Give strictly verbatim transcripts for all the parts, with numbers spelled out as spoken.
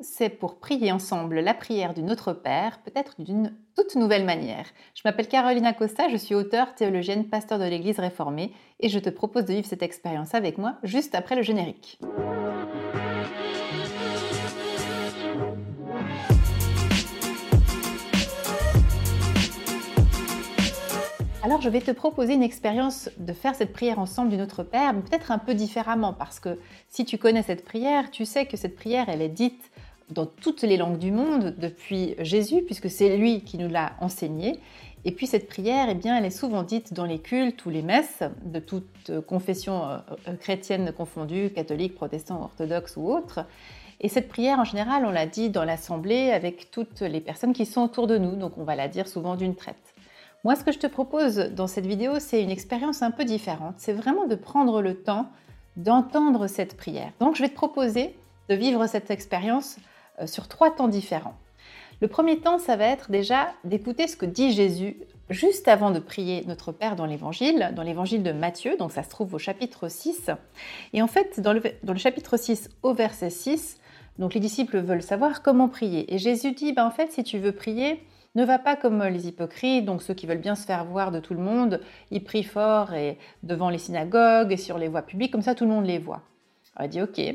c'est pour prier ensemble la prière du Notre Père, peut-être d'une toute nouvelle manière. Je m'appelle Caroline Acosta, je suis auteure, théologienne, pasteur de l'Église réformée et je te propose de vivre cette expérience avec moi juste après le générique. Alors je vais te proposer une expérience de faire cette prière ensemble du Notre Père, mais peut-être un peu différemment, parce que si tu connais cette prière, tu sais que cette prière, elle est dite dans toutes les langues du monde depuis Jésus, puisque c'est lui qui nous l'a enseignée. Et puis cette prière, eh bien, elle est souvent dite dans les cultes ou les messes, de toute confession chrétienne confondue, catholique, protestant, orthodoxe ou autre. Et cette prière, en général, on la dit dans l'assemblée avec toutes les personnes qui sont autour de nous, donc on va la dire souvent d'une traite. Moi, ce que je te propose dans cette vidéo, c'est une expérience un peu différente. C'est vraiment de prendre le temps d'entendre cette prière. Donc, je vais te proposer de vivre cette expérience sur trois temps différents. Le premier temps, ça va être déjà d'écouter ce que dit Jésus juste avant de prier notre Père dans l'Évangile, dans l'Évangile de Matthieu, donc ça se trouve au chapitre six. Et en fait, dans le, dans le chapitre six, au verset six, donc les disciples veulent savoir comment prier. Et Jésus dit, ben, en fait, si tu veux prier, ne va pas comme les hypocrites, donc ceux qui veulent bien se faire voir de tout le monde, ils prient fort et devant les synagogues et sur les voies publiques, comme ça tout le monde les voit. Alors il dit, ok,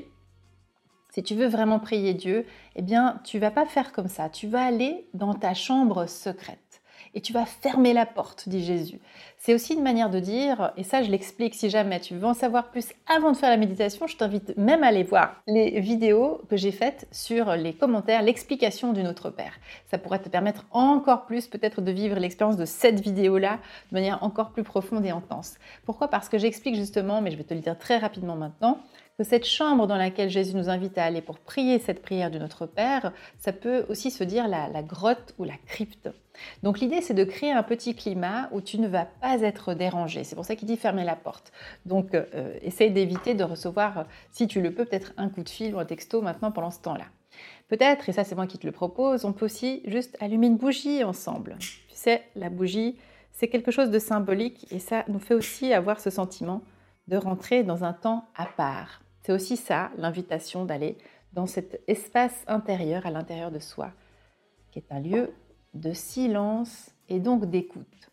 si tu veux vraiment prier Dieu, eh bien tu vas pas faire comme ça, tu vas aller dans ta chambre secrète. Et tu vas fermer la porte, dit Jésus. C'est aussi une manière de dire, et ça je l'explique si jamais tu veux en savoir plus avant de faire la méditation, je t'invite même à aller voir les vidéos que j'ai faites sur les commentaires, l'explication du Notre Père. Ça pourrait te permettre encore plus peut-être de vivre l'expérience de cette vidéo-là de manière encore plus profonde et intense. Pourquoi ? Parce que j'explique justement, mais je vais te le dire très rapidement maintenant, que cette chambre dans laquelle Jésus nous invite à aller pour prier cette prière du Notre Père, ça peut aussi se dire la, la grotte ou la crypte. Donc l'idée, c'est de créer un petit climat où tu ne vas pas être dérangé. C'est pour ça qu'il dit fermer la porte. Donc euh, essaye d'éviter de recevoir, si tu le peux, peut-être un coup de fil ou un texto maintenant pendant ce temps-là. Peut-être, et ça c'est moi qui te le propose, on peut aussi juste allumer une bougie ensemble. Tu sais, la bougie, c'est quelque chose de symbolique et ça nous fait aussi avoir ce sentiment de rentrer dans un temps à part. C'est aussi ça, l'invitation d'aller dans cet espace intérieur, à l'intérieur de soi, qui est un lieu de silence et donc d'écoute.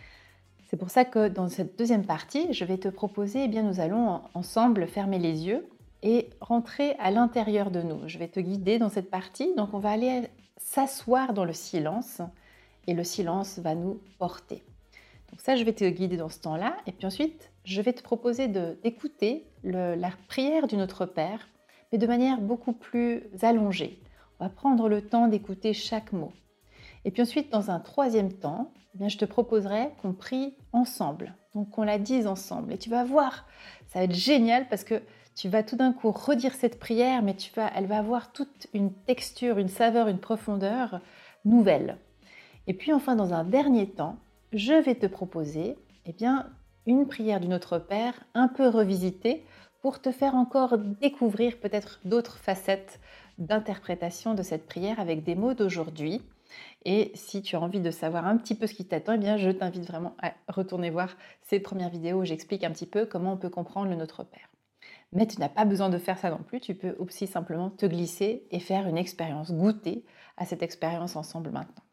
C'est pour ça que dans cette deuxième partie, je vais te proposer, eh bien, nous allons ensemble fermer les yeux et rentrer à l'intérieur de nous. Je vais te guider dans cette partie, donc on va aller s'asseoir dans le silence et le silence va nous porter. Donc ça, je vais te guider dans ce temps-là et puis ensuite, je vais te proposer de, d'écouter le, la prière du Notre Père, mais de manière beaucoup plus allongée. On va prendre le temps d'écouter chaque mot. Et puis ensuite, dans un troisième temps, eh bien, je te proposerai qu'on prie ensemble, donc qu'on la dise ensemble. Et tu vas voir, ça va être génial parce que tu vas tout d'un coup redire cette prière, mais tu vas, elle va avoir toute une texture, une saveur, une profondeur nouvelle. Et puis enfin, dans un dernier temps, je vais te proposer eh bien, une prière du Notre Père un peu revisitée pour te faire encore découvrir peut-être d'autres facettes d'interprétation de cette prière avec des mots d'aujourd'hui. Et si tu as envie de savoir un petit peu ce qui t'attend, eh bien, je t'invite vraiment à retourner voir ces premières vidéos où j'explique un petit peu comment on peut comprendre le Notre Père. Mais tu n'as pas besoin de faire ça non plus, tu peux aussi simplement te glisser et faire une expérience, goûter à cette expérience ensemble maintenant.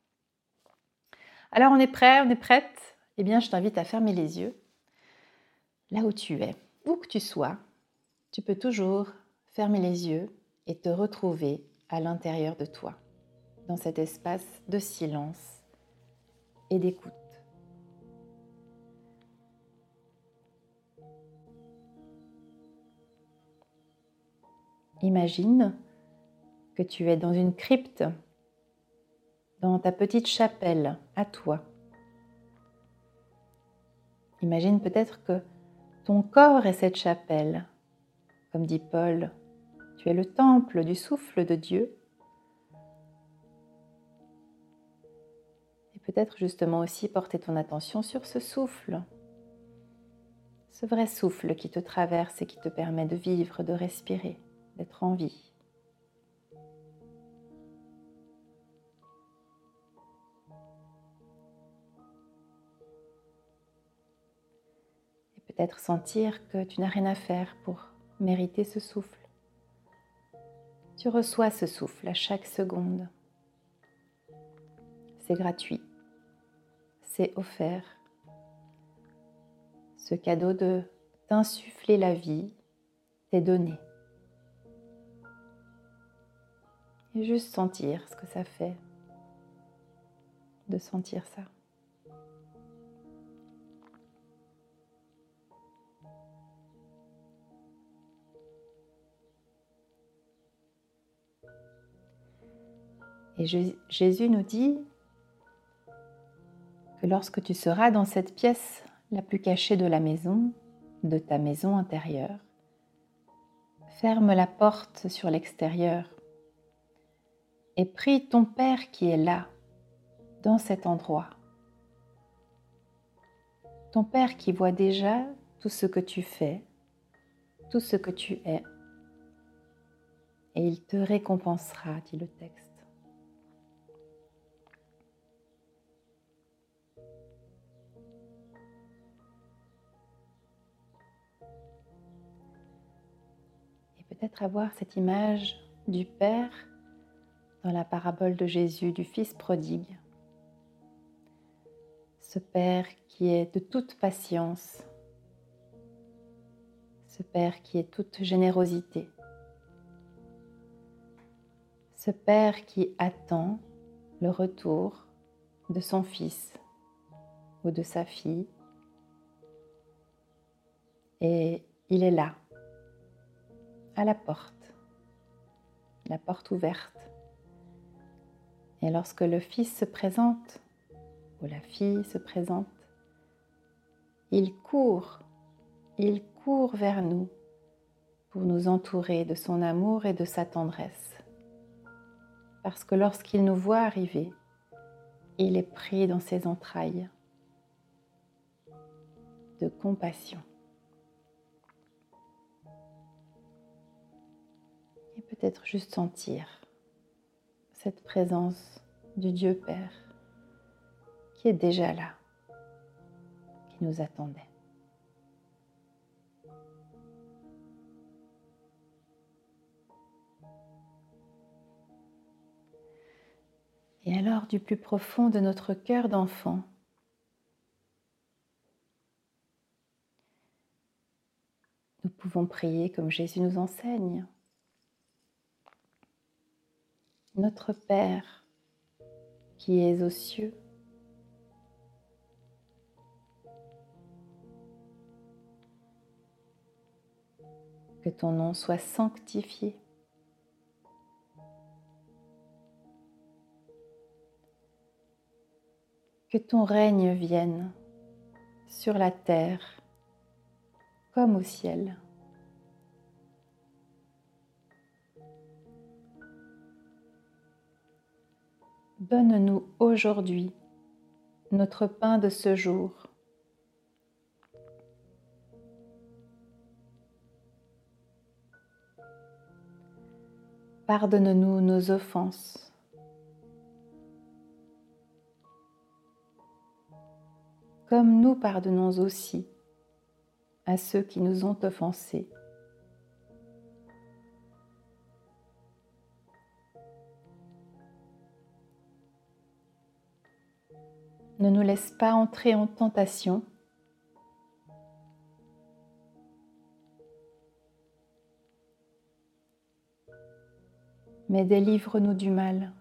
Alors on est prêt, on est prête ? Eh bien, je t'invite à fermer les yeux. Là où tu es, où que tu sois, tu peux toujours fermer les yeux et te retrouver à l'intérieur de toi, dans cet espace de silence et d'écoute. Imagine que tu es dans une crypte, dans ta petite chapelle à toi. Imagine peut-être que ton corps est cette chapelle. Comme dit Paul, tu es le temple du souffle de Dieu. Et peut-être justement aussi porter ton attention sur ce souffle. Ce vrai souffle qui te traverse et qui te permet de vivre, de respirer, d'être en vie. Et peut-être sentir que tu n'as rien à faire pour mériter ce souffle. Tu reçois ce souffle à chaque seconde. C'est gratuit, c'est offert. Ce cadeau de t'insuffler la vie t'est donné. Et juste sentir ce que ça fait de sentir ça. Et Jésus nous dit que lorsque tu seras dans cette pièce la plus cachée de la maison, de ta maison intérieure, ferme la porte sur l'extérieur et prie ton Père qui est là, dans cet endroit. Ton Père qui voit déjà tout ce que tu fais, tout ce que tu es, et il te récompensera, dit le texte. Peut-être avoir cette image du Père dans la parabole de Jésus, du Fils prodigue. Ce Père qui est de toute patience, ce Père qui est toute générosité, ce Père qui attend le retour de son Fils ou de sa fille. Et il est là, à la porte, la porte ouverte. Et lorsque le Fils se présente, ou la fille se présente, il court, il court vers nous pour nous entourer de son amour et de sa tendresse. Parce que lorsqu'il nous voit arriver, il est pris dans ses entrailles de compassion. Et peut-être juste sentir cette présence du Dieu Père qui est déjà là, qui nous attendait. Et alors, du plus profond de notre cœur d'enfant, nous pouvons prier comme Jésus nous enseigne. Notre Père qui es aux cieux, que ton nom soit sanctifié. Que ton règne vienne sur la terre comme au ciel. Donne-nous aujourd'hui notre pain de ce jour. Pardonne-nous nos offenses. Comme nous pardonnons aussi à ceux qui nous ont offensés. Ne nous laisse pas entrer en tentation, mais délivre-nous du mal.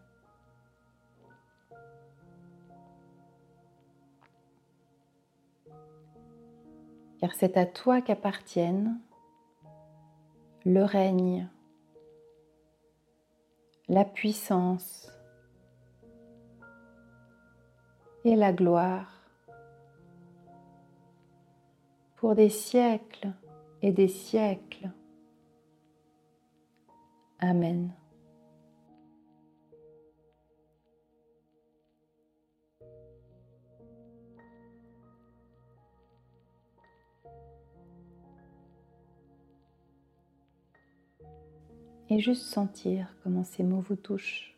Car c'est à toi qu'appartiennent le règne, la puissance et la gloire pour des siècles et des siècles. Amen. Et juste sentir comment ces mots vous touchent.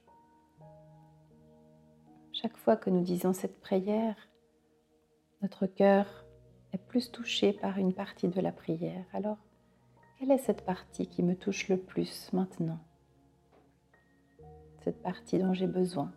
Chaque fois que nous disons cette prière, notre cœur est plus touché par une partie de la prière. Alors, quelle est cette partie qui me touche le plus maintenant ? cette partie dont j'ai besoin.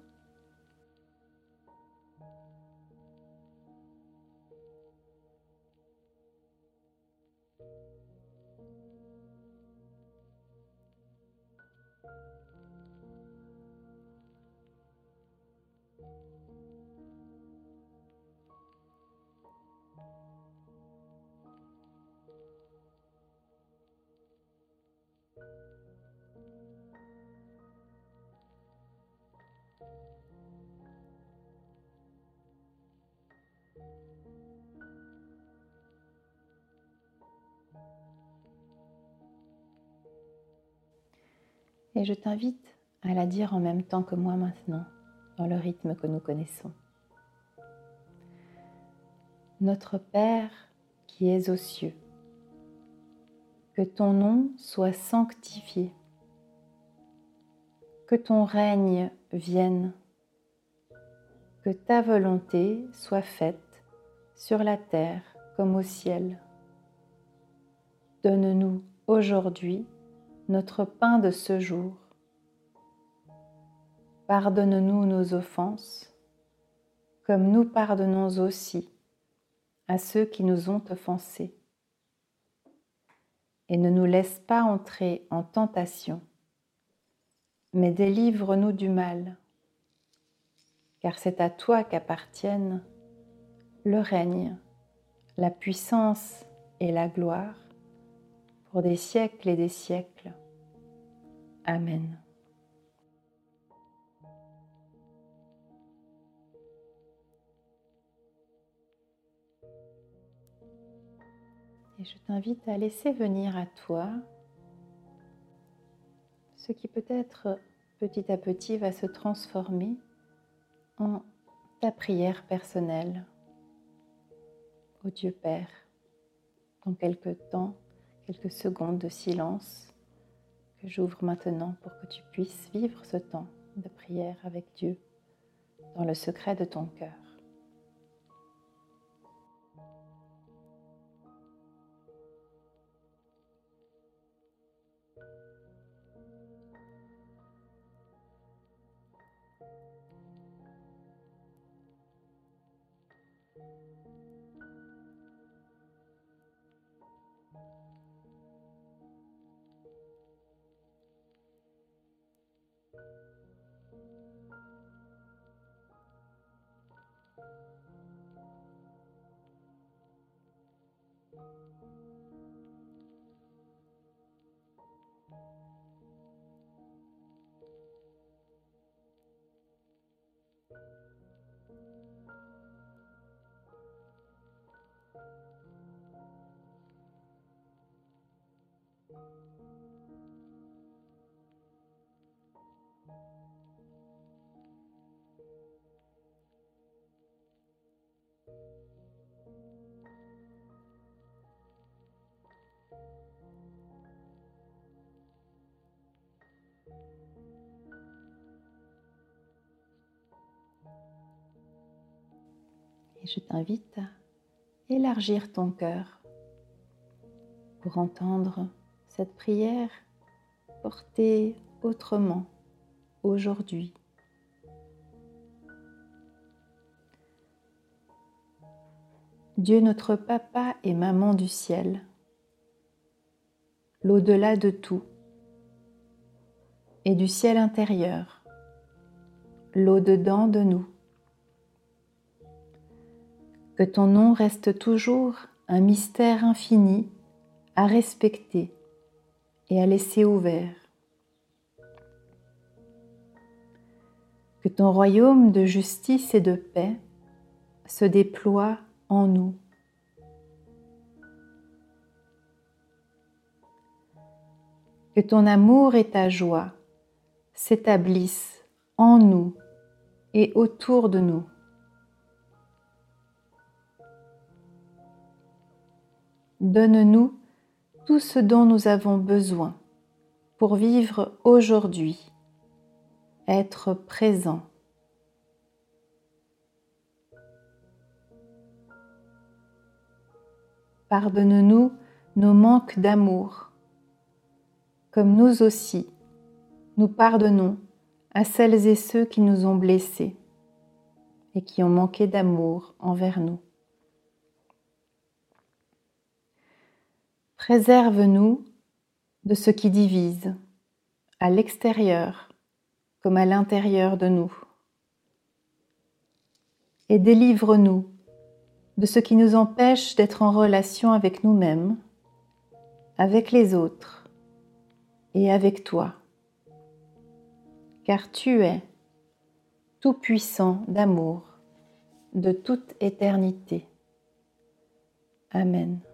Et je t'invite à la dire en même temps que moi maintenant, dans le rythme que nous connaissons. Notre Père qui es aux cieux, que ton nom soit sanctifié, que ton règne vienne, que ta volonté soit faite sur la terre comme au ciel. Donne-nous aujourd'hui notre pain de ce jour. Pardonne-nous nos offenses, comme nous pardonnons aussi à ceux qui nous ont offensés. Et ne nous laisse pas entrer en tentation, mais délivre-nous du mal, car c'est à toi qu'appartiennent le règne, la puissance et la gloire, pour des siècles et des siècles. Amen. Et je t'invite à laisser venir à toi ce qui peut-être petit à petit va se transformer en ta prière personnelle au Dieu Père, dans quelques temps, quelques secondes de silence que j'ouvre maintenant pour que tu puisses vivre ce temps de prière avec Dieu dans le secret de ton cœur. Et je t'invite à élargir ton cœur pour entendre cette prière portée autrement aujourd'hui. Dieu notre Papa et Maman du ciel, l'au-delà de tout, et du ciel intérieur, l'au-dedans de nous. Que ton nom reste toujours un mystère infini à respecter et à laisser ouvert. Que ton royaume de justice et de paix se déploie en nous. Que ton amour et ta joie s'établissent en nous et autour de nous. Donne-nous tout ce dont nous avons besoin pour vivre aujourd'hui, être présent. Pardonne-nous nos manques d'amour, comme nous aussi, nous pardonnons à celles et ceux qui nous ont blessés et qui ont manqué d'amour envers nous. Préserve-nous de ce qui divise, à l'extérieur comme à l'intérieur de nous. Et délivre-nous de ce qui nous empêche d'être en relation avec nous-mêmes, avec les autres et avec toi. Car tu es tout-puissant d'amour de toute éternité. Amen.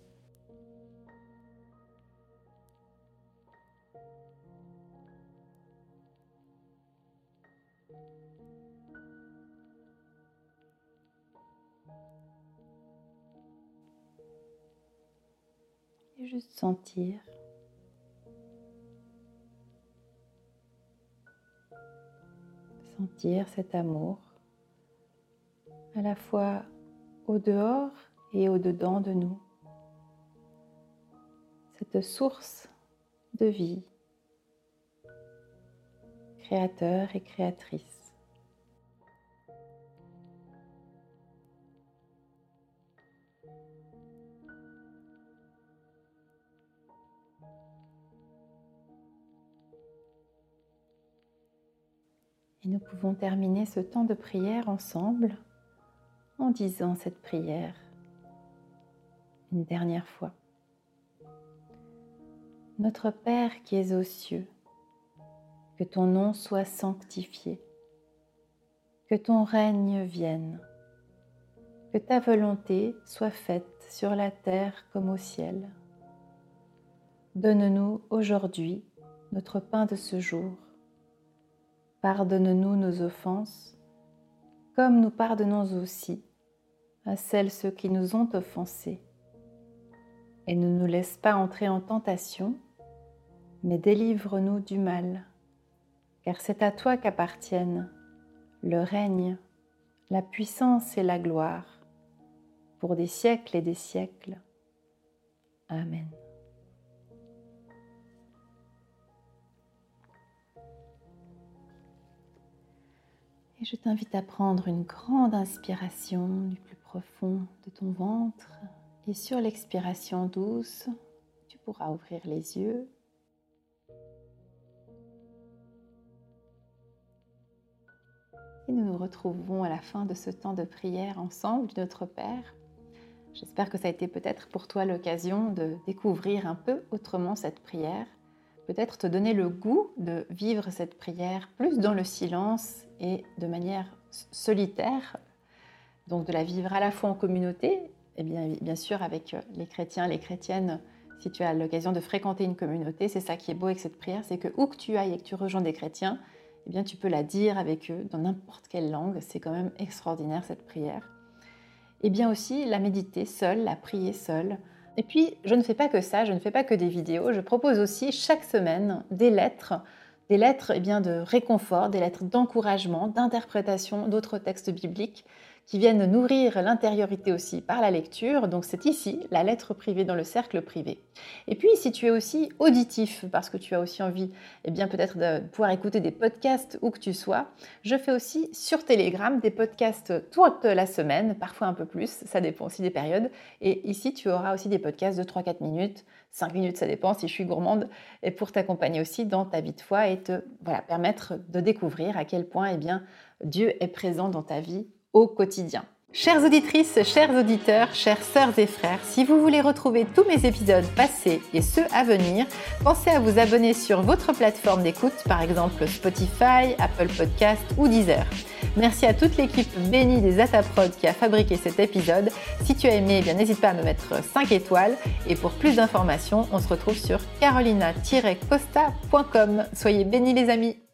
Et juste sentir. Sentir cet amour à la fois au dehors et au dedans de nous. Cette source de vie, créateur et créatrice. Et nous pouvons terminer ce temps de prière ensemble en disant cette prière une dernière fois. Notre Père qui es aux cieux, que ton nom soit sanctifié, que ton règne vienne, que ta volonté soit faite sur la terre comme au ciel. Donne-nous aujourd'hui notre pain de ce jour. Pardonne-nous nos offenses, comme nous pardonnons aussi à celles ceux qui nous ont offensés. Et ne nous laisse pas entrer en tentation, mais délivre-nous du mal, car c'est à toi qu'appartiennent le règne, la puissance et la gloire, pour des siècles et des siècles. Amen. Et je t'invite à prendre une grande inspiration du plus profond de ton ventre. Et sur l'expiration douce, tu pourras ouvrir les yeux. Et nous nous retrouvons à la fin de ce temps de prière ensemble du Notre Père. J'espère que ça a été peut-être pour toi l'occasion de découvrir un peu autrement cette prière. Peut-être te donner le goût de vivre cette prière plus dans le silence et de manière solitaire, donc de la vivre à la fois en communauté, et bien, bien sûr avec les chrétiens, les chrétiennes, si tu as l'occasion de fréquenter une communauté, c'est ça qui est beau avec cette prière, c'est que où que tu ailles et que tu rejoins des chrétiens, eh bien tu peux la dire avec eux dans n'importe quelle langue, c'est quand même extraordinaire cette prière. Et bien aussi la méditer seule, la prier seule. Et puis je ne fais pas que ça, je ne fais pas que des vidéos, je propose aussi chaque semaine des lettres, des lettres eh bien, de réconfort, des lettres d'encouragement, d'interprétation d'autres textes bibliques qui viennent nourrir l'intériorité aussi par la lecture. Donc c'est ici, la lettre privée dans le cercle privé. Et puis si tu es aussi auditif, parce que tu as aussi envie eh bien, peut-être de pouvoir écouter des podcasts où que tu sois, je fais aussi sur Telegram des podcasts toute la semaine, parfois un peu plus, ça dépend aussi des périodes. Et ici tu auras aussi des podcasts de trois à quatre minutes, cinq minutes, ça dépend si je suis gourmande, et pour t'accompagner aussi dans ta vie de foi et te voilà, permettre de découvrir à quel point eh bien, Dieu est présent dans ta vie au quotidien. Chères auditrices, chers auditeurs, chères sœurs et frères, si vous voulez retrouver tous mes épisodes passés et ceux à venir, pensez à vous abonner sur votre plateforme d'écoute, par exemple Spotify, Apple Podcast ou Deezer. Merci à toute l'équipe bénie des Ataprod qui a fabriqué cet épisode. Si tu as aimé, eh bien, n'hésite pas à me mettre cinq étoiles. Et pour plus d'informations, on se retrouve sur carolina tiret costa point com. Soyez bénis les amis.